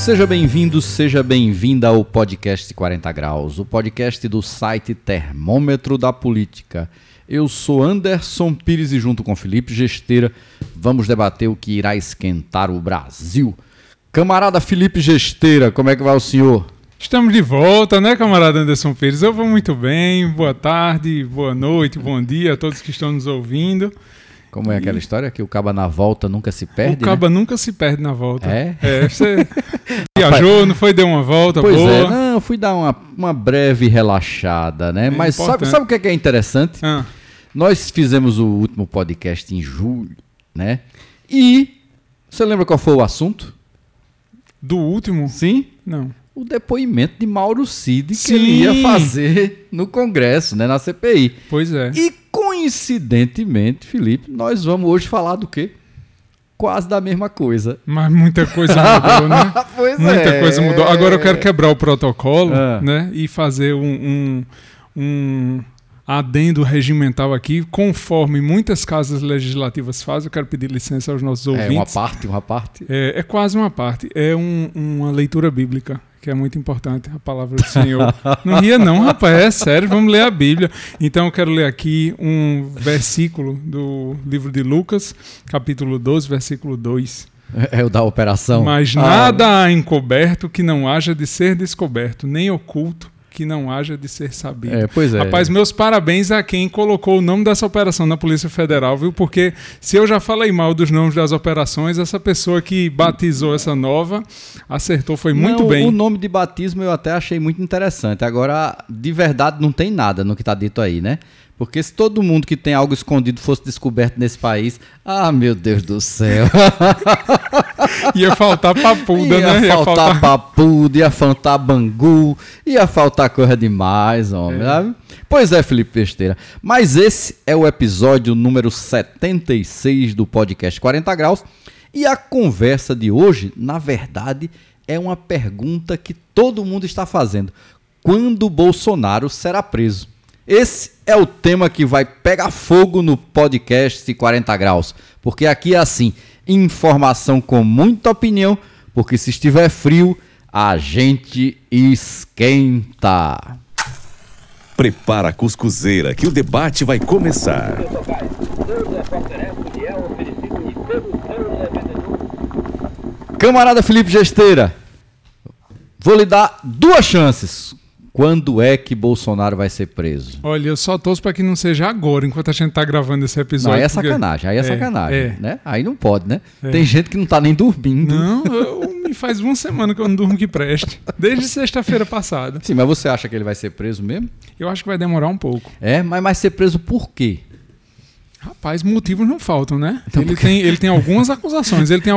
Seja bem-vindo, seja bem-vinda ao podcast 40 Graus, o podcast do site Termômetro da Política. Eu sou Anderson Pires e junto com Felipe Gesteira vamos debater o que irá esquentar o Brasil. Camarada Felipe Gesteira, como é que vai o senhor? Estamos de volta, né, camarada Anderson Pires? Eu vou muito bem, boa tarde, boa noite, bom dia a todos que estão nos ouvindo. Como é aquela história que o caba na volta nunca se perde, O caba né? nunca se perde na volta. É? Você viajou, não foi? Deu uma volta Pois boa? é, não, fui dar uma breve relaxada, né? Mas sabe o que é interessante? Nós fizemos o último podcast em julho, né? E você lembra qual foi o assunto? Do último? Sim? Não. O depoimento de Mauro Cid que Sim. ele ia fazer no Congresso, né, na CPI. Pois é. E coincidentemente, Felipe, nós vamos hoje falar do quê? Quase da mesma coisa. Mas muita coisa mudou, né? Pois muita coisa mudou. Agora eu quero quebrar o protocolo, Ah. né? E fazer um adendo regimental aqui, conforme muitas casas legislativas fazem. Eu quero pedir licença aos nossos ouvintes. Uma parte. É quase uma parte. É uma leitura bíblica, que é muito importante, a palavra do Senhor. Não ria não, rapaz, é sério, vamos ler a Bíblia. Então eu quero ler aqui um versículo do livro de Lucas, capítulo 12, versículo 2. É o da operação. Mas nada há encoberto que não haja de ser descoberto, nem oculto que não haja de ser sabido. Pois é. Rapaz, meus parabéns a quem colocou o nome dessa operação na Polícia Federal, viu? Porque se eu já falei mal dos nomes das operações, essa pessoa que batizou essa nova acertou, foi muito bem. O nome de batismo eu até achei muito interessante. Agora, de verdade, não tem nada no que está dito aí, né? Porque se todo mundo que tem algo escondido fosse descoberto nesse país, meu Deus do céu. Ia faltar papuda, né? Ia faltar papuda, ia faltar bangu, ia faltar coisa demais, homem. Sabe? Pois é, Felipe Besteira. Mas esse é o episódio número 76 do podcast 40 Graus. E a conversa de hoje, na verdade, é uma pergunta que todo mundo está fazendo. Quando Bolsonaro será preso? Esse é o tema que vai pegar fogo no podcast 40 Graus. Porque aqui é assim, informação com muita opinião, porque se estiver frio, a gente esquenta. Prepara a cuscuzeira que o debate vai começar. Camarada Felipe Gesteira, vou lhe dar duas chances. Quando é que Bolsonaro vai ser preso? Olha, eu só torço para que não seja agora, enquanto a gente tá gravando esse episódio. Não, aí é sacanagem, sacanagem, né? Aí não pode, né? Tem gente que não tá nem dormindo. Não, me faz uma semana que eu não durmo que preste. Desde sexta-feira passada. Sim, mas você acha que ele vai ser preso mesmo? Eu acho que vai demorar um pouco. Mas vai ser preso por quê? Rapaz, motivos não faltam, né? Então, ele tem algumas acusações. Ele tem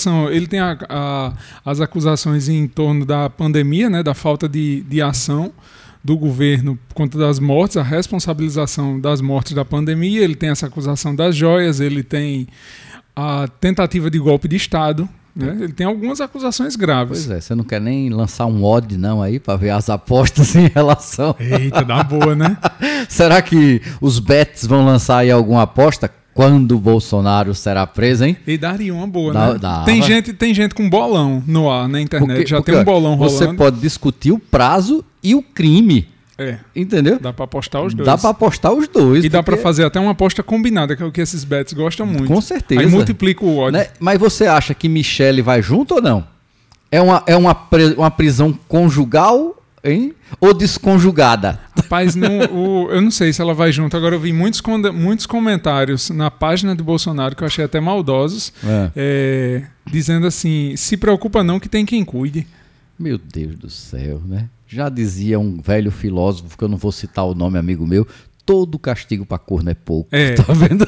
as acusações em torno da pandemia, né? Da falta de ação do governo por conta das mortes, a responsabilização das mortes da pandemia. Ele tem essa acusação das joias, ele tem a tentativa de golpe de Estado, né? Ele tem algumas acusações graves. Pois é, você não quer nem lançar um odd não aí para ver as apostas em relação... Eita, dá boa, né? Será que os bets vão lançar aí alguma aposta quando o Bolsonaro será preso, hein? E daria uma boa, né? Dava. Tem gente com bolão no ar, na internet. Porque tem um bolão rolando. Você pode discutir o prazo e o crime. Entendeu? Dá pra apostar os dois. Dá pra apostar os dois. E dá pra fazer até uma aposta combinada, que é o que esses bets gostam muito. Com certeza. Aí multiplica o ódio. Né? Mas você acha que Michele vai junto ou não? É uma prisão conjugal, hein? Ou desconjugada? Rapaz, eu não sei se ela vai junto. Agora eu vi muitos comentários na página do Bolsonaro, que eu achei até maldosos, dizendo assim, se preocupa não que tem quem cuide. Meu Deus do céu, né? Já dizia um velho filósofo, que eu não vou citar o nome, amigo meu, todo castigo pra corno é pouco. Tá vendo?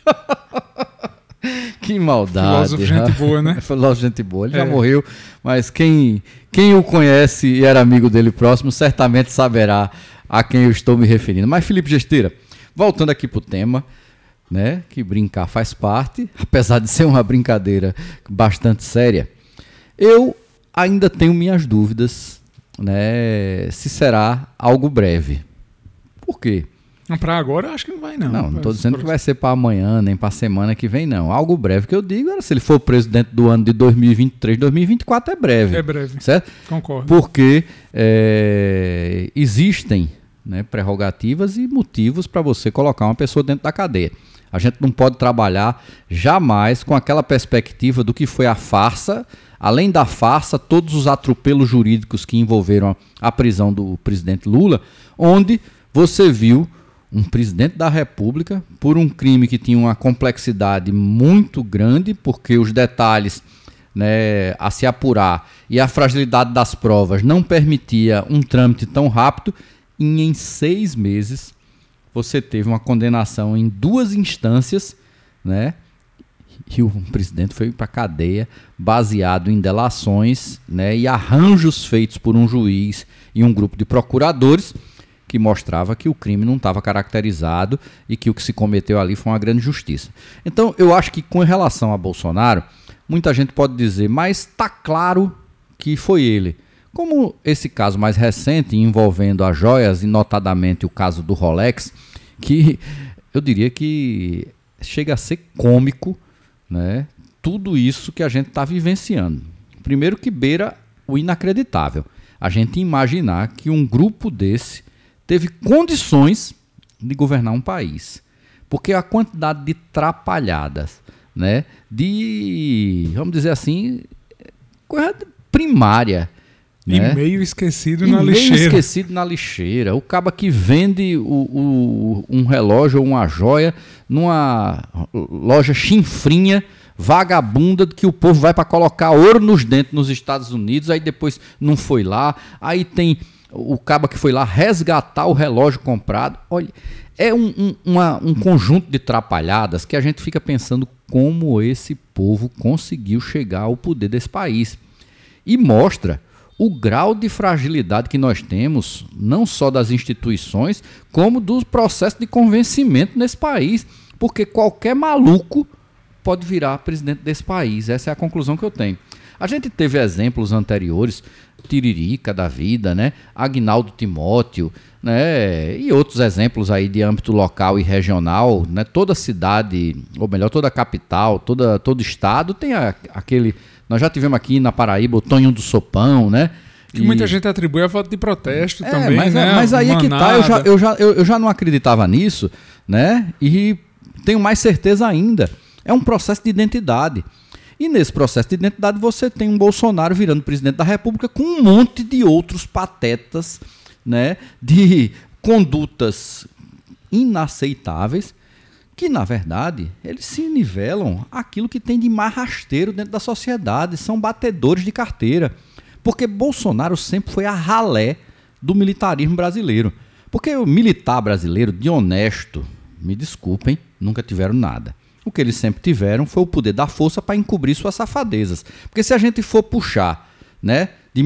Que maldade. Filósofo gente boa, né? Filósofo gente boa. Ele já morreu, mas quem o conhece e era amigo dele próximo, certamente saberá a quem eu estou me referindo. Mas, Felipe Gesteira, voltando aqui pro tema, né? Que brincar faz parte, apesar de ser uma brincadeira bastante séria, eu ainda tenho minhas dúvidas, né, se será algo breve. Por quê? Para agora, eu acho que não vai, não. Não estou dizendo que vai ser para amanhã, nem para a semana que vem, não. Algo breve que eu digo era se ele for preso dentro do ano de 2023, 2024 é breve. É breve. Certo? Concordo. Porque existem, né, prerrogativas e motivos para você colocar uma pessoa dentro da cadeia. A gente não pode trabalhar jamais com aquela perspectiva do que foi a farsa, além da farsa, todos os atropelos jurídicos que envolveram a prisão do presidente Lula, onde você viu um presidente da República, por um crime que tinha uma complexidade muito grande, porque os detalhes, né, a se apurar e a fragilidade das provas não permitia um trâmite tão rápido, e em 6 meses você teve uma condenação em 2 instâncias, né, e o presidente foi para a cadeia baseado em delações, né, e arranjos feitos por um juiz e um grupo de procuradores, que mostrava que o crime não estava caracterizado e que o que se cometeu ali foi uma grande justiça. Então, eu acho que com relação a Bolsonaro, muita gente pode dizer, mas está claro que foi ele. Como esse caso mais recente envolvendo as joias, e notadamente o caso do Rolex, que eu diria que chega a ser cômico, né, tudo isso que a gente está vivenciando. Primeiro que beira o inacreditável. A gente imaginar que um grupo desse teve condições de governar um país. Porque a quantidade de trapalhadas, né, vamos dizer assim, coisa primária. E né? meio esquecido na lixeira. Meio esquecido na lixeira. O caba que vende um relógio ou uma joia numa loja chinfrinha, vagabunda, que o povo vai para colocar ouro nos dentes nos Estados Unidos, aí depois não foi lá, aí tem o caba que foi lá resgatar o relógio comprado. Olha, é um conjunto de trapalhadas que a gente fica pensando como esse povo conseguiu chegar ao poder desse país. E mostra o grau de fragilidade que nós temos, não só das instituições, como do processo de convencimento nesse país. Porque qualquer maluco pode virar presidente desse país. Essa é a conclusão que eu tenho. A gente teve exemplos anteriores, Tiririca da vida, né? Aguinaldo Timóteo, né? E outros exemplos aí de âmbito local e regional, né? Toda cidade, ou melhor, toda capital, todo estado tem aquele... Nós já tivemos aqui na Paraíba o Tonho do Sopão, né? Que muita gente atribui a voto de protesto também, né? Mas aí é que tá, eu já não acreditava nisso, né? E tenho mais certeza ainda. É um processo de identidade. E nesse processo de identidade você tem um Bolsonaro virando presidente da República com um monte de outros patetas, né, de condutas inaceitáveis que, na verdade, eles se nivelam àquilo que tem de mais rasteiro dentro da sociedade. São batedores de carteira. Porque Bolsonaro sempre foi a ralé do militarismo brasileiro. Porque o militar brasileiro, de honesto, me desculpem, nunca tiveram nada. O que eles sempre tiveram foi o poder da força para encobrir suas safadezas. Porque se a gente for puxar, né, de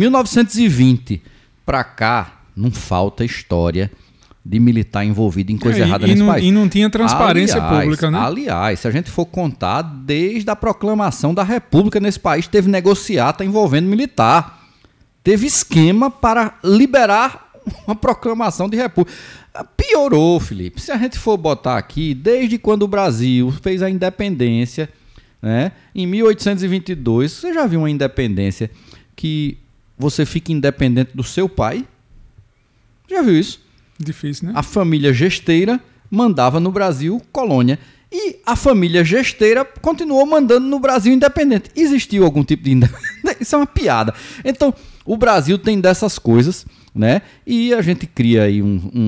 1920 para cá, não falta história de militar envolvido em coisa errada nesse país. E não tinha transparência pública, né? Aliás, se a gente for contar, desde a proclamação da República nesse país, teve negociata envolvendo militar. Teve esquema para liberar uma proclamação de República. Piorou, Felipe. Se a gente for botar aqui, desde quando o Brasil fez a independência, né, em 1822, você já viu uma independência que você fica independente do seu pai? Já viu isso? Difícil, né? A família gesteira mandava no Brasil colônia. E a família gesteira continuou mandando no Brasil independente. Existiu algum tipo de independência? Isso é uma piada. Então, o Brasil tem dessas coisas, né? E a gente cria aí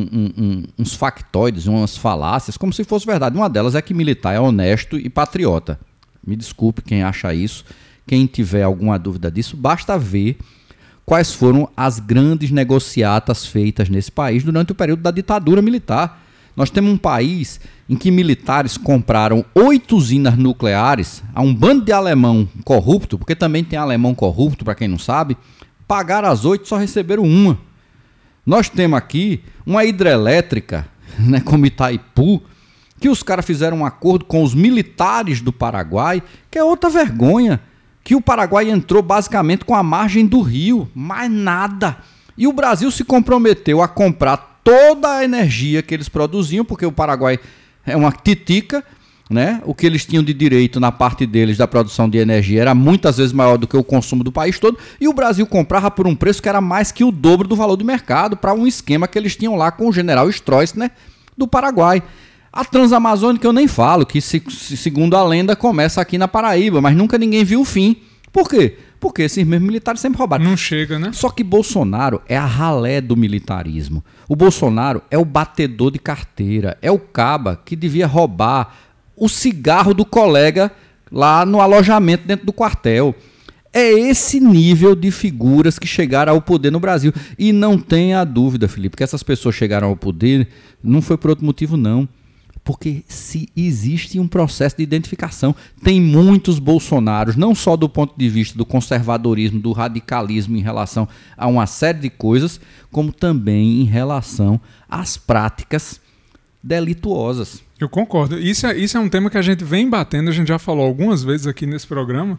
uns factoides, umas falácias, como se fosse verdade. Uma delas é que militar é honesto e patriota. Me desculpe quem acha isso. Quem tiver alguma dúvida disso, basta ver quais foram as grandes negociatas feitas nesse país durante o período da ditadura militar. Nós temos um país em que militares compraram 8 usinas nucleares a um bando de alemão corrupto, porque também tem alemão corrupto, para quem não sabe, pagaram as 8 e só receberam uma. Nós temos aqui uma hidrelétrica, né, como Itaipu, que os caras fizeram um acordo com os militares do Paraguai, que é outra vergonha, que o Paraguai entrou basicamente com a margem do rio, mais nada. E o Brasil se comprometeu a comprar toda a energia que eles produziam, porque o Paraguai é uma titica, né? O que eles tinham de direito na parte deles da produção de energia era muitas vezes maior do que o consumo do país todo, e o Brasil comprava por um preço que era mais que o dobro do valor do mercado, para um esquema que eles tinham lá com o general Stroessner do Paraguai. A Transamazônica eu nem falo, que segundo a lenda começa aqui na Paraíba, mas nunca ninguém viu o fim. Por quê? Porque esses mesmos militares sempre roubaram. Não chega, né? Só que Bolsonaro é a ralé do militarismo. O Bolsonaro é o batedor de carteira, é o caba que devia roubar o cigarro do colega lá no alojamento dentro do quartel. É esse nível de figuras que chegaram ao poder no Brasil. E não tenha dúvida, Felipe, que essas pessoas chegaram ao poder não foi por outro motivo, não. Porque se existe um processo de identificação, tem muitos Bolsonaros, não só do ponto de vista do conservadorismo, do radicalismo em relação a uma série de coisas, como também em relação às práticas delituosas. Eu concordo. Isso é um tema que a gente vem batendo, a gente já falou algumas vezes aqui nesse programa,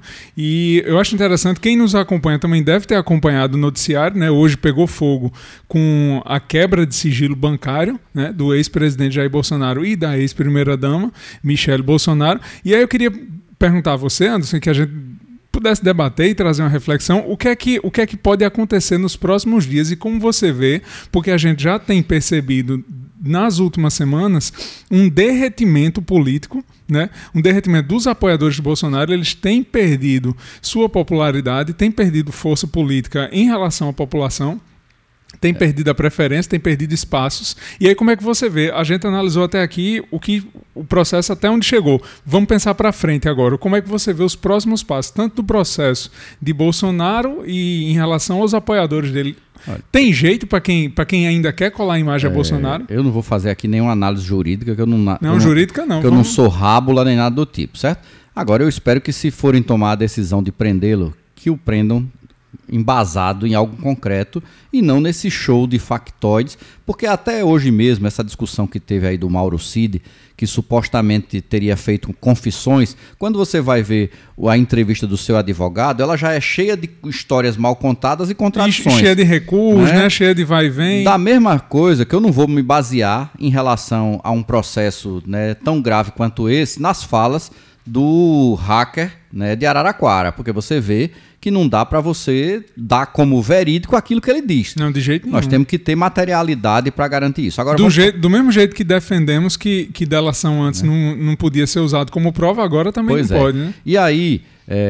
e eu acho interessante, quem nos acompanha também deve ter acompanhado o noticiário, né? Hoje pegou fogo com a quebra de sigilo bancário, né, do ex-presidente Jair Bolsonaro e da ex-primeira-dama, Michele Bolsonaro. E aí eu queria perguntar a você, Anderson, que a gente pudesse debater e trazer uma reflexão, o que é que pode acontecer nos próximos dias e como você vê, porque a gente já tem percebido nas últimas semanas um derretimento político, né? Um derretimento dos apoiadores de Bolsonaro. Eles têm perdido sua popularidade, têm perdido força política em relação à população, tem perdido a preferência, tem perdido espaços. E aí como é que você vê? A gente analisou até aqui o processo até onde chegou. Vamos pensar para frente agora. Como é que você vê os próximos passos, tanto do processo de Bolsonaro e em relação aos apoiadores dele? Olha, tem jeito para quem ainda quer colar a imagem a Bolsonaro? Eu não vou fazer aqui nenhuma análise jurídica, que eu não jurídica não. Que eu não sou rábula nem nada do tipo, certo? Agora eu espero que, se forem tomar a decisão de prendê-lo, que o prendam embasado em algo concreto e não nesse show de factoides, porque até hoje mesmo essa discussão que teve aí do Mauro Cid, que supostamente teria feito confissões, quando você vai ver a entrevista do seu advogado, ela já é cheia de histórias mal contadas e contradições. Cheia de recuos, né? Cheia de vai e vem. Da mesma coisa que eu não vou me basear em relação a um processo, né, tão grave quanto esse, nas falas do hacker, né, de Araraquara, porque você vê que não dá para você dar como verídico aquilo que ele diz. Não, de jeito nenhum. Nós temos que ter materialidade para garantir isso. Agora, do mesmo jeito que defendemos que delação antes não podia ser usado como prova, agora também não pode, né? E aí,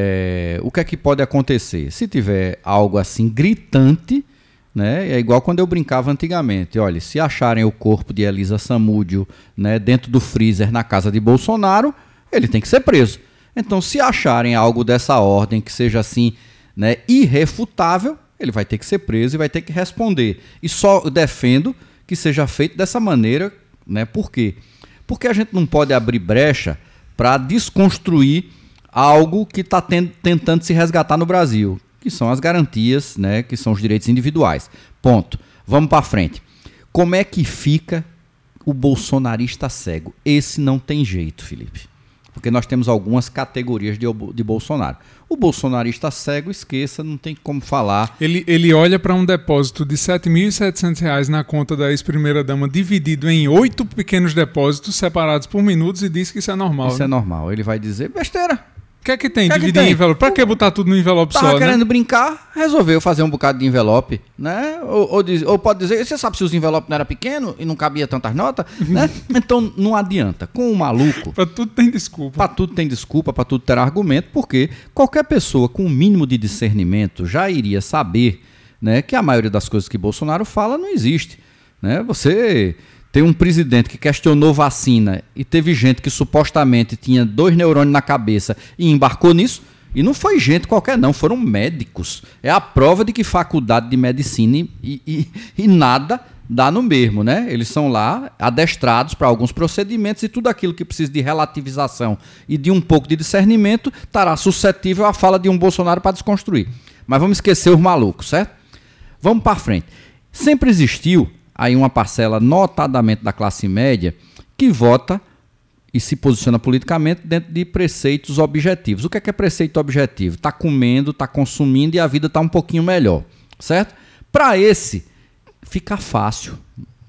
o que é que pode acontecer? Se tiver algo assim gritante, né, é igual quando eu brincava antigamente. Olha, se acharem o corpo de Elisa Samúdio, né, dentro do freezer na casa de Bolsonaro, ele tem que ser preso. Então, se acharem algo dessa ordem que seja assim, né, irrefutável, ele vai ter que ser preso e vai ter que responder. E só defendo que seja feito dessa maneira, né? Por quê? Porque a gente não pode abrir brecha para desconstruir algo que está tentando se resgatar no Brasil, que são as garantias, né, que são os direitos individuais. Ponto. Vamos para frente. Como é que fica o bolsonarista cego? Esse não tem jeito, Felipe. Porque nós temos algumas categorias de Bolsonaro. O bolsonarista cego, esqueça, não tem como falar. Ele olha para um depósito de R$ 7.700 na conta da ex-primeira-dama, dividido em 8 pequenos depósitos separados por minutos, e diz que isso é normal. Isso, né? É normal. Ele vai dizer besteira. O que é que tem? Dividir em envelope? Pra que botar tudo no envelope só, né? Tava querendo brincar, resolveu fazer um bocado de envelope, né? Ou pode dizer, você sabe se os envelopes não eram pequenos e não cabia tantas notas, né? Então não adianta. Com o maluco... Pra tudo tem desculpa. Pra tudo tem desculpa, pra tudo ter argumento, porque qualquer pessoa com um mínimo de discernimento já iria saber, né, que a maioria das coisas que Bolsonaro fala não existe, né? Você... Tem um presidente que questionou vacina e teve gente que supostamente tinha 2 neurônios na cabeça e embarcou nisso. E não foi gente qualquer não, foram médicos. É a prova de que faculdade de medicina e nada dá no mesmo, né? Eles são lá adestrados para alguns procedimentos e tudo aquilo que precisa de relativização e de um pouco de discernimento estará suscetível à fala de um Bolsonaro para desconstruir. Mas vamos esquecer os malucos, certo? Vamos para frente. Sempre existiu aí uma parcela notadamente da classe média que vota e se posiciona politicamente dentro de preceitos objetivos. O que é preceito objetivo? Está comendo, está consumindo e a vida está um pouquinho melhor, certo? Para esse, fica fácil,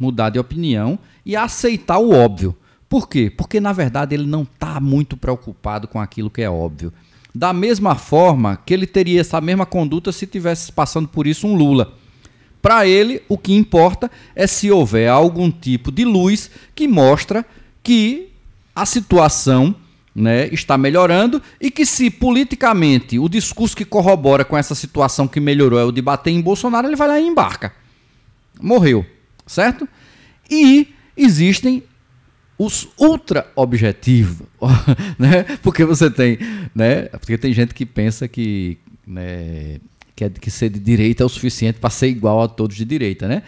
mudar de opinião e aceitar o óbvio. Por quê? Porque, na verdade, ele não está muito preocupado com aquilo que é óbvio. Da mesma forma que ele teria essa mesma conduta se tivesse passando por isso um Lula. Para ele, o que importa é se houver algum tipo de luz que mostra que a situação, né, está melhorando e que se politicamente o discurso que corrobora com essa situação que melhorou é o de bater em Bolsonaro, ele vai lá e embarca. Morreu, certo? E existem os ultra-objetivos, né? Porque você tem, né? Porque tem gente que pensa que, né, que ser de direita é o suficiente para ser igual a todos de direita, né?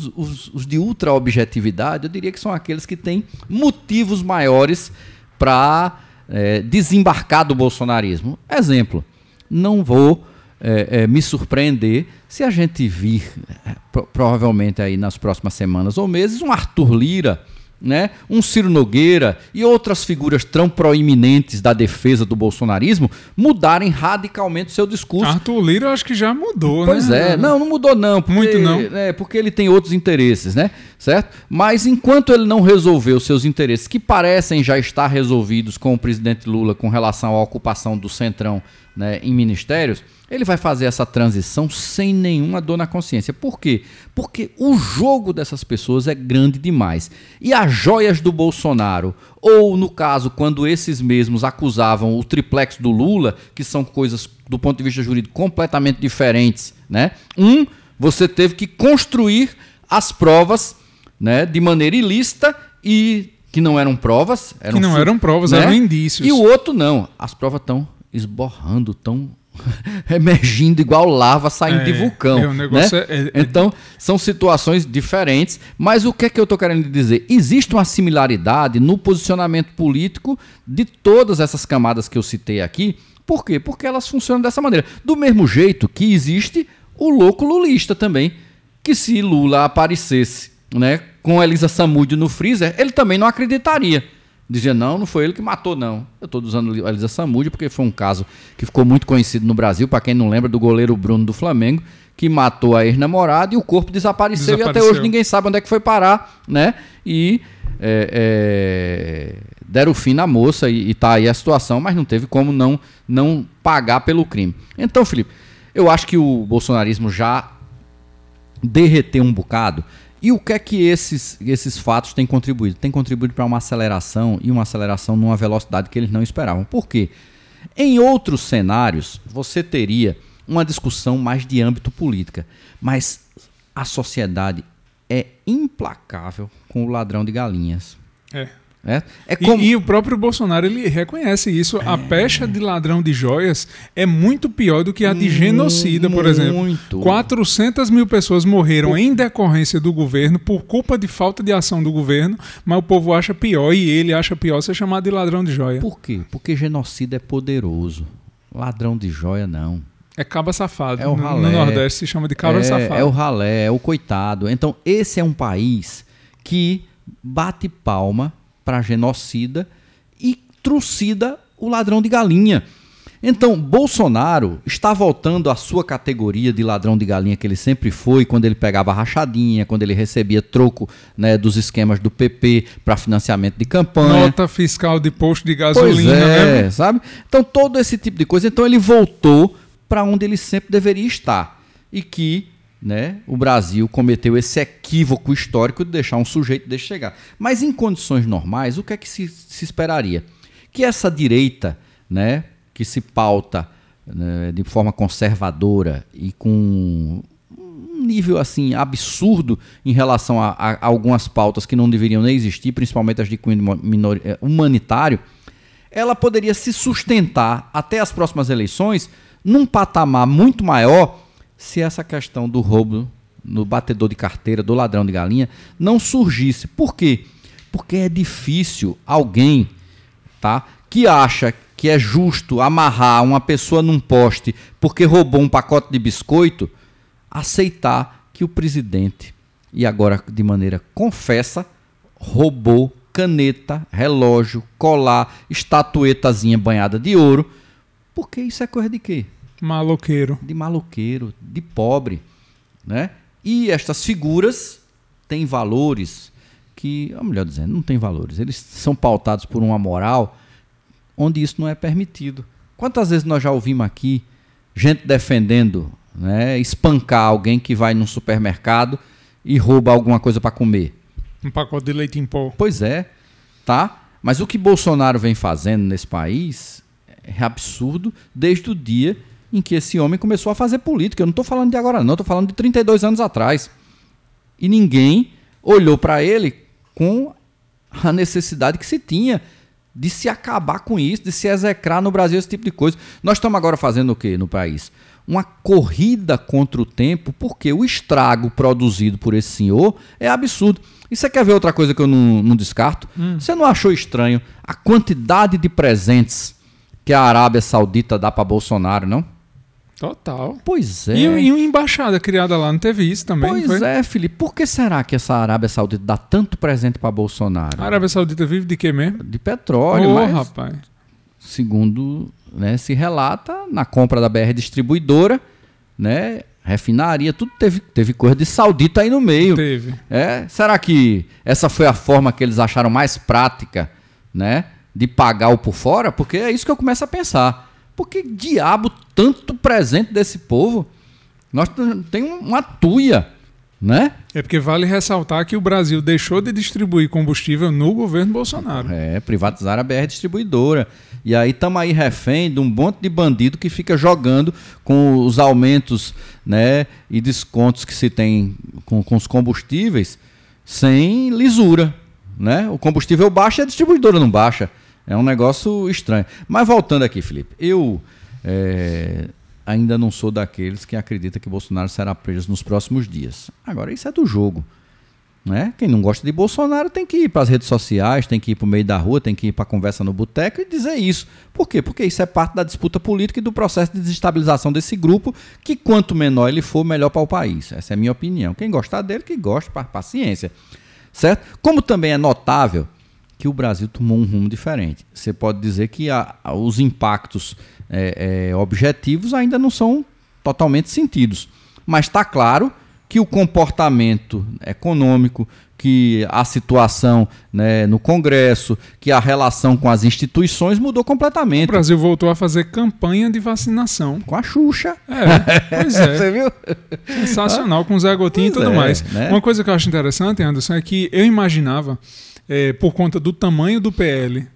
Os de ultra-objetividade, eu diria que são aqueles que têm motivos maiores para desembarcar do bolsonarismo. Exemplo, não vou me surpreender se a gente vir, provavelmente aí nas próximas semanas ou meses, um Arthur Lira, né, um Ciro Nogueira e outras figuras tão proeminentes da defesa do bolsonarismo mudarem radicalmente o seu discurso. Arthur Lira eu acho que já mudou, pois né? Pois é, não mudou não. Porque, muito não. Porque ele tem outros interesses, né? Certo? Mas enquanto ele não resolveu os seus interesses, que parecem já estar resolvidos com o presidente Lula com relação à ocupação do Centrão, né, em ministérios, ele vai fazer essa transição sem nenhuma dor na consciência. Por quê? Porque o jogo dessas pessoas é grande demais. E as joias do Bolsonaro, ou no caso, quando esses mesmos acusavam o triplex do Lula, que são coisas do ponto de vista jurídico completamente diferentes, né? Você teve que construir as provas, né, de maneira ilícita e que não eram provas. Eram provas, né? Eram indícios. E o outro não. As provas estão esborrando, estão emergindo igual lava saindo de vulcão. Né? Então, são situações diferentes, mas o que é que eu estou querendo dizer? Existe uma similaridade no posicionamento político de todas essas camadas que eu citei aqui. Por quê? Porque elas funcionam dessa maneira. Do mesmo jeito que existe o louco lulista também, que se Lula aparecesse, né, com Elisa Samúdio no freezer, ele também não acreditaria. Dizia, não foi ele que matou, não. Eu estou usando a Elisa Samúdio porque foi um caso que ficou muito conhecido no Brasil, para quem não lembra, do goleiro Bruno do Flamengo, que matou a ex-namorada e o corpo desapareceu. E até hoje ninguém sabe onde é que foi parar, né? E deram fim na moça e está aí a situação, mas não teve como não pagar pelo crime. Então, Felipe, eu acho que o bolsonarismo já derreteu um bocado. E o que é que esses fatos têm contribuído? Tem contribuído para uma aceleração, e uma aceleração numa velocidade que eles não esperavam. Por quê? Em outros cenários, você teria uma discussão mais de âmbito política, mas a sociedade é implacável com o ladrão de galinhas. E o próprio Bolsonaro, ele reconhece isso. A pecha de ladrão de joias é muito pior do que a de genocida, por exemplo. 400 mil pessoas morreram em decorrência do governo por culpa de falta de ação do governo, mas o povo acha pior, e ele acha pior ser chamado de ladrão de joia. Por quê? Porque genocida é poderoso. Ladrão de joia, não. É cabra safado. É o ralé. No Nordeste se chama de cabra safado. É o ralé, é o coitado. Então, esse é um país que bate palma para genocida e trucida o ladrão de galinha. Então, Bolsonaro está voltando à sua categoria de ladrão de galinha que ele sempre foi, quando ele pegava rachadinha, quando ele recebia troco, né, dos esquemas do PP para financiamento de campanha. Nota fiscal de posto de gasolina. Pois é, sabe? Então, todo esse tipo de coisa. Então, ele voltou para onde ele sempre deveria estar. E que, né, o Brasil cometeu esse equívoco histórico de deixar um sujeito desse chegar. Mas em condições normais, o que é que se esperaria? Que essa direita, né, que se pauta, né, de forma conservadora e com um nível assim absurdo em relação a algumas pautas que não deveriam nem existir, principalmente as de cunho humanitário, ela poderia se sustentar até as próximas eleições num patamar muito maior se essa questão do roubo no batedor de carteira, do ladrão de galinha, não surgisse. Por quê? Porque é difícil alguém, tá, que acha que é justo amarrar uma pessoa num poste porque roubou um pacote de biscoito, aceitar que o presidente, e agora de maneira confessa, roubou caneta, relógio, colar, estatuetazinha banhada de ouro, porque isso é coisa de quê? Maloqueiro. De maloqueiro, de pobre, né? E estas figuras tem valores que, ou melhor dizendo, não tem valores. Eles são pautados por uma moral onde isso não é permitido. Quantas vezes nós já ouvimos aqui gente defendendo, né, espancar alguém que vai num supermercado e rouba alguma coisa para comer? Um pacote de leite em pó. Pois é, tá? Mas o que Bolsonaro vem fazendo nesse país é absurdo desde o dia em que esse homem começou a fazer política. Eu não estou falando de agora não, estou falando de 32 anos atrás. E ninguém olhou para ele com a necessidade que se tinha de se acabar com isso, de se execrar no Brasil esse tipo de coisa. Nós estamos agora fazendo o quê no país? Uma corrida contra o tempo, porque o estrago produzido por esse senhor é absurdo. E você quer ver outra coisa que eu não descarto? Você não achou estranho a quantidade de presentes que a Arábia Saudita dá para Bolsonaro, não? Total. Pois é. E uma embaixada criada lá, não teve isso também? Pois é, Felipe. Por que será que essa Arábia Saudita dá tanto presente para Bolsonaro? A Arábia Saudita vive de quê mesmo? De petróleo, mas, rapaz. segundo, né, se relata, na compra da BR Distribuidora, né, refinaria, tudo teve coisa de saudita aí no meio. Teve. Será que essa foi a forma que eles acharam mais prática, né, de pagar o por fora? Porque é isso que eu começo a pensar. Por que diabo tanto presente desse povo? Nós temos uma tuia, né? É porque vale ressaltar que o Brasil deixou de distribuir combustível no governo Bolsonaro. Privatizaram a BR Distribuidora. E aí estamos aí refém de um monte de bandido que fica jogando com os aumentos, né, e descontos que se tem com os combustíveis sem lisura, né? O combustível baixa e a distribuidora não baixa. É um negócio estranho. Mas voltando aqui, Felipe, eu ainda não sou daqueles que acreditam que Bolsonaro será preso nos próximos dias. Agora, isso é do jogo, né? Quem não gosta de Bolsonaro tem que ir para as redes sociais, tem que ir para o meio da rua, tem que ir para a conversa no boteco e dizer isso. Por quê? Porque isso é parte da disputa política e do processo de desestabilização desse grupo, que quanto menor ele for, melhor para o país. Essa é a minha opinião. Quem gostar dele, que goste, paciência. Certo? Como também é notável que o Brasil tomou um rumo diferente. Você pode dizer que os impactos objetivos ainda não são totalmente sentidos. Mas está claro que o comportamento econômico, que a situação, né, no Congresso, que a relação com as instituições mudou completamente. O Brasil voltou a fazer campanha de vacinação. Com a Xuxa. Pois é. Você viu? Sensacional, com o Zé Gotinho e tudo mais. Né? Uma coisa que eu acho interessante, Anderson, é que eu imaginava, por conta do tamanho do PL,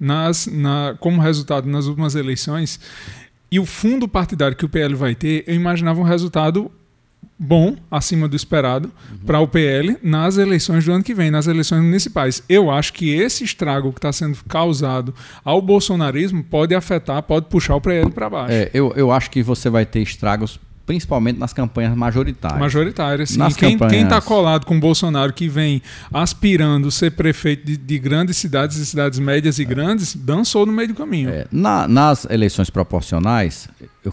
como resultado nas últimas eleições, e o fundo partidário que o PL vai ter, eu imaginava um resultado bom, acima do esperado, para o PL nas eleições do ano que vem, nas eleições municipais. Eu acho que esse estrago que está sendo causado ao bolsonarismo pode puxar o PL para baixo. Eu acho que você vai ter estragos principalmente nas campanhas majoritárias. Majoritárias, sim. Quem está colado com o Bolsonaro, que vem aspirando ser prefeito de grandes cidades e cidades médias e grandes, dançou no meio do caminho. Nas eleições proporcionais,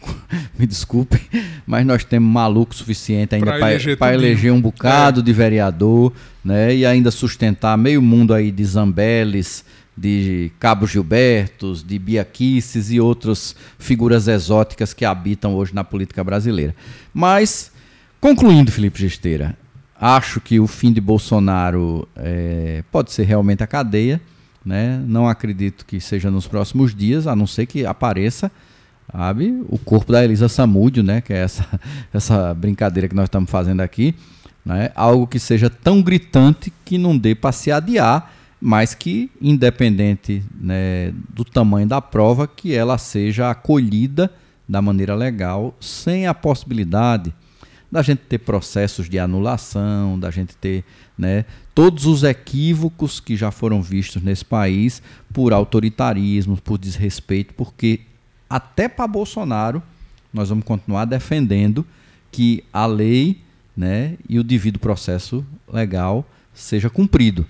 me desculpem, mas nós temos maluco suficiente ainda para eleger um bocado de vereador, né, e ainda sustentar meio mundo aí de Zambeles, de Cabo Gilbertos, de Biaquices e outras figuras exóticas que habitam hoje na política brasileira. Mas, concluindo, Felipe Gesteira, acho que o fim de Bolsonaro pode ser realmente a cadeia, né? Não acredito que seja nos próximos dias, a não ser que apareça, sabe, o corpo da Elisa Samúdio, né? Que é essa brincadeira que nós estamos fazendo aqui, né? Algo que seja tão gritante que não dê para se adiar, mas que, independente, né, do tamanho da prova, que ela seja acolhida da maneira legal, sem a possibilidade da gente ter processos de anulação, da gente ter, né, todos os equívocos que já foram vistos nesse país por autoritarismo, por desrespeito, porque até para Bolsonaro nós vamos continuar defendendo que a lei, né, e o devido processo legal seja cumprido.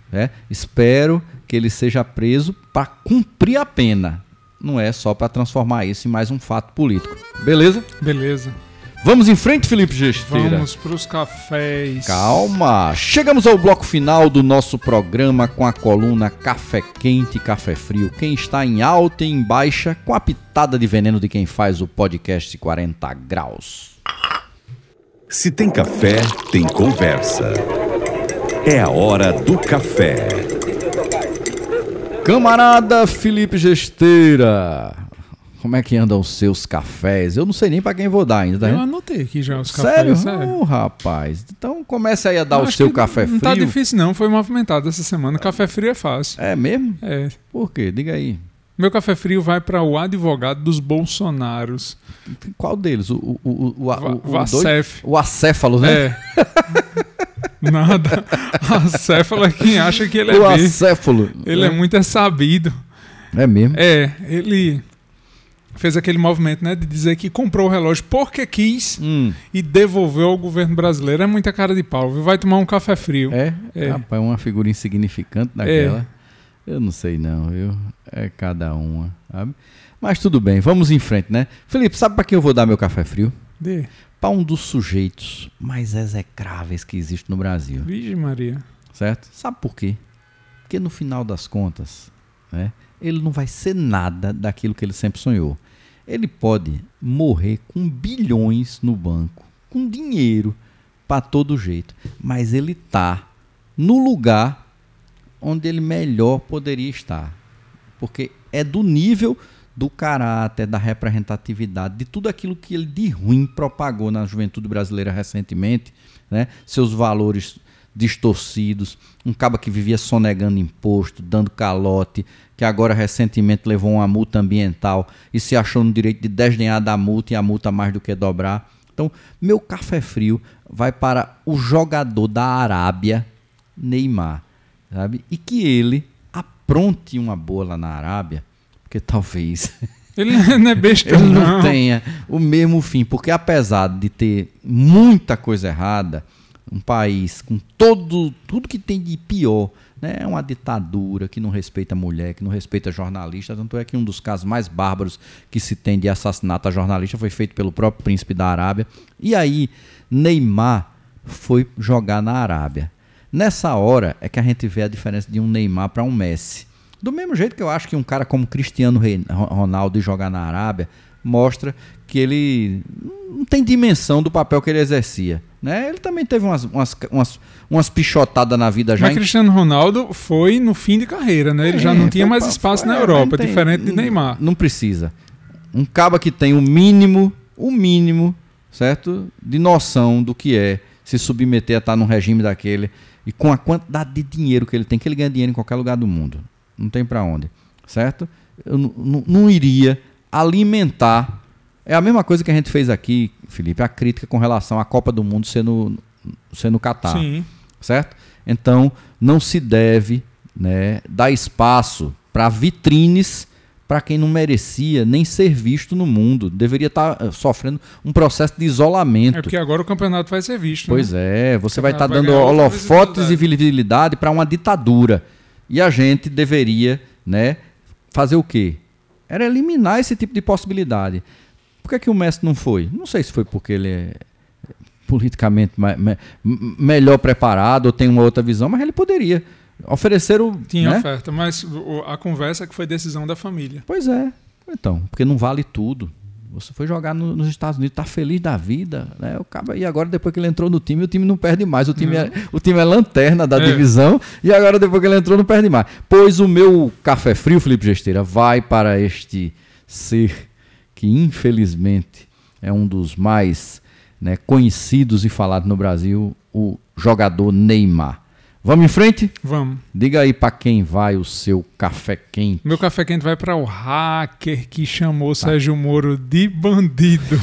Espero que ele seja preso para cumprir a pena. Não é só para transformar isso em mais um fato político. Beleza? Beleza. Vamos em frente, Felipe Gesteira. Vamos para os cafés. Calma. Chegamos ao bloco final do nosso programa com a coluna Café Quente e Café Frio. Quem está em alta e em baixa, com a pitada de veneno de quem faz o podcast 40 Graus. Se tem café, tem conversa. É a hora do café. Camarada Felipe Gesteira, como é que andam os seus cafés? Eu não sei nem pra quem vou dar ainda, tá? Eu anotei aqui já os Sério? cafés. Sério? Rapaz. Então comece aí a dar Eu o acho seu que café frio. Não tá difícil não, foi movimentado essa semana. Café frio é fácil. É mesmo? É. Por quê? Diga aí. Meu café frio vai para o advogado dos Bolsonaros. Qual deles? O Acef. O acéfalo, né? É. Nada. Acéfalo é quem acha que ele é O bem. acéfalo. Ele é muito sabido. É mesmo? É, ele fez aquele movimento, né, de dizer que comprou o relógio porque quis e devolveu ao governo brasileiro. É muita cara de pau, viu? Vai tomar um café frio. É? É. Rapaz, uma figura insignificante daquela. Eu não sei não, viu? É cada uma, sabe? Mas tudo bem, vamos em frente, né? Felipe, sabe pra quem eu vou dar meu café frio? Dê. Para um dos sujeitos mais execráveis que existe no Brasil. Virgem Maria. Certo? Sabe por quê? Porque no final das contas, né, ele não vai ser nada daquilo que ele sempre sonhou. Ele pode morrer com bilhões no banco, com dinheiro para todo jeito, mas ele tá no lugar onde ele melhor poderia estar. Porque é do nível do caráter, da representatividade, de tudo aquilo que ele de ruim propagou na juventude brasileira recentemente, né? Seus valores distorcidos, um caba que vivia sonegando imposto, dando calote, que agora recentemente levou uma multa ambiental e se achou no direito de desdenhar da multa e a multa mais do que dobrar. Então, meu café frio vai para o jogador da Arábia, Neymar, sabe? E que ele apronte uma boa lá na Arábia, porque talvez Ele não é besta, ele não tenha o mesmo fim, porque apesar de ter muita coisa errada, um país com tudo que tem de pior, né? É uma ditadura que não respeita a mulher, que não respeita jornalista, tanto é que um dos casos mais bárbaros que se tem de assassinato a jornalista foi feito pelo próprio príncipe da Arábia. E aí Neymar foi jogar na Arábia. Nessa hora é que a gente vê a diferença de um Neymar para um Messi. Do mesmo jeito que eu acho que um cara como Cristiano Ronaldo jogar na Arábia mostra que ele não tem dimensão do papel que ele exercia, né? Ele também teve umas pichotadas na vida já. Mas Cristiano Ronaldo foi no fim de carreira, né? Ele já não tinha mais espaço na Europa, diferente de Neymar. Não precisa. Um caba que tem o mínimo, certo? De noção do que é se submeter a estar num regime daquele e com a quantidade de dinheiro que ele tem, que ele ganha dinheiro em qualquer lugar do mundo. Não tem pra onde, certo? Eu não iria alimentar. É a mesma coisa que a gente fez aqui, Felipe, a crítica com relação à Copa do Mundo ser no Catar. Sim. Certo? Então, não se deve, né, dar espaço para vitrines para quem não merecia nem ser visto no mundo. Deveria estar sofrendo um processo de isolamento. É porque agora o campeonato vai ser visto. Pois né? é, você vai estar dando holofotes e visibilidade para uma ditadura. E a gente deveria, né, fazer o quê? Era eliminar esse tipo de possibilidade. Por que o Messi não foi? Não sei se foi porque ele é politicamente melhor preparado ou tem uma outra visão, mas ele poderia oferecer o... Tinha, né? oferta, mas a conversa é que foi decisão da família. Pois é. Então, porque não vale tudo. Você foi jogar nos Estados Unidos, tá feliz da vida, né? E agora, depois que ele entrou no time, o time não perde mais. O time é lanterna da divisão e agora, depois que ele entrou, não perde mais. Pois o meu café frio, Felipe Gesteira, vai para este ser que, infelizmente, é um dos mais, né, conhecidos e falados no Brasil, o jogador Neymar. Vamos em frente? Vamos. Diga aí para quem vai o seu café quente. Meu café quente vai para o hacker que chamou Sérgio Moro de bandido.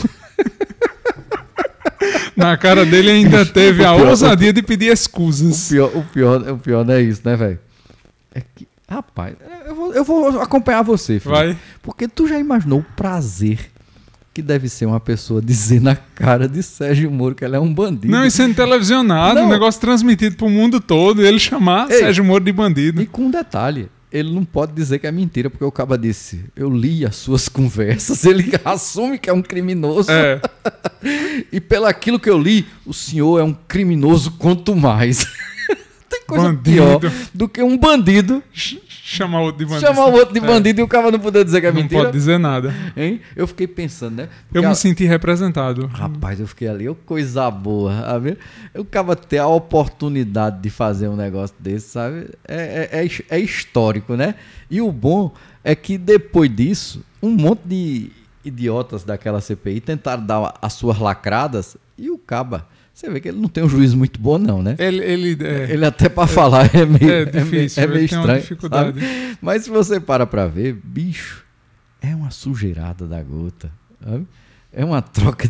Na cara dele ainda teve a ousadia de pedir excusas. O pior não é isso, né, velho? É que, rapaz, eu vou acompanhar você, filho. Vai. Porque tu já imaginou o prazer que deve ser uma pessoa dizer na cara de Sérgio Moro que ela é um bandido? Não, e sendo televisionado, um negócio transmitido pro mundo todo, e ele chamar Sérgio Moro de bandido. E com um detalhe, ele não pode dizer que é mentira, porque o caba disse, eu li as suas conversas, ele assume que é um criminoso. É. E pelo aquilo que eu li, o senhor é um criminoso quanto mais. Tem coisa Bandido. pior do que um bandido Chamar o outro de bandido. chamar o outro de bandido e o cara não poder dizer que é Não mentira. pode dizer nada. Hein? Eu fiquei pensando, né? Eu Porque me senti representado. Rapaz, eu fiquei ali, coisa boa, sabe? Eu acaba ter a oportunidade de fazer um negócio desse, sabe? É histórico, né? E o bom é que depois disso, um monte de idiotas daquela CPI tentaram dar as suas lacradas e o caba. Você vê que ele não tem um juízo muito bom, não, né? Ele até para falar é meio difícil, é meio ele tem uma estranho. dificuldade. Sabe? Mas se você para ver, bicho, é uma sujeirada da gota. Sabe? É uma troca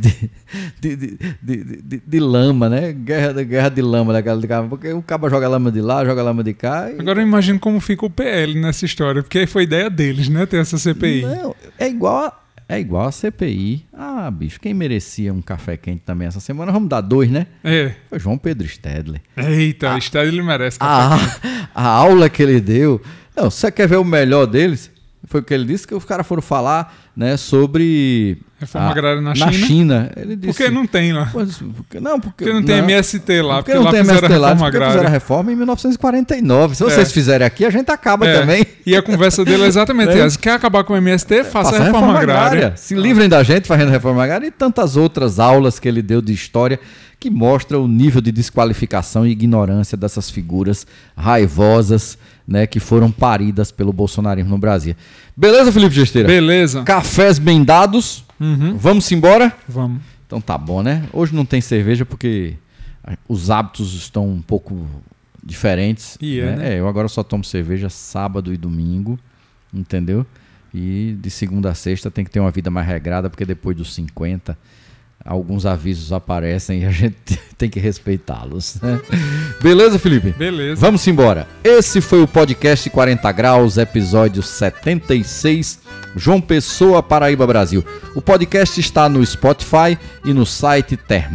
de lama, né? Guerra de lama daquela, porque o cabo joga lama de lá, joga lama de cá. Agora eu imagino como fica o PL nessa história, porque foi ideia deles, né? Ter essa CPI. Não, é igual a CPI. Ah, bicho, quem merecia um café quente também essa semana, vamos dar 2, né? Foi João Pedro Stedley. Eita, Stedley merece café A aula que ele deu. Não, você quer ver o melhor deles? Foi o que ele disse, que os caras foram falar, né, sobre reforma agrária na China. Ele disse, porque não tem lá. Porque não tem MST lá. Porque não lá tem fizeram MST a lá, reforma porque agrária. fizeram a reforma em 1949. Se vocês fizerem aqui, a gente acaba também. E a conversa dele é exatamente essa. Quer acabar com o MST? Faça a reforma agrária. Se livrem da gente fazendo reforma agrária e tantas outras aulas que ele deu de história que mostra o nível de desqualificação e ignorância dessas figuras raivosas, né, que foram paridas pelo bolsonarismo no Brasil. Beleza, Felipe Gesteira? Beleza. Cafés bem dados. Vamos embora? Vamos. Então tá bom, né? Hoje não tem cerveja porque os hábitos estão um pouco diferentes. Né? Eu agora só tomo cerveja sábado e domingo, entendeu? E de segunda a sexta tem que ter uma vida mais regrada, porque depois dos 50... alguns avisos aparecem e a gente tem que respeitá-los, né? Beleza, Felipe? Beleza. Vamos embora. Esse foi o podcast 40 Graus, episódio 76, João Pessoa, Paraíba, Brasil. O podcast está no Spotify e no site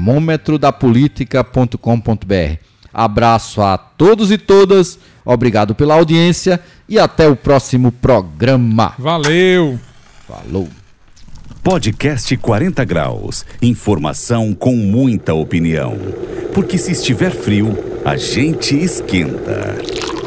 termometrodapolitica.com.br. Abraço a todos e todas, obrigado pela audiência e até o próximo programa. Valeu! Falou! Podcast 40 Graus. Informação com muita opinião. Porque se estiver frio, a gente esquenta.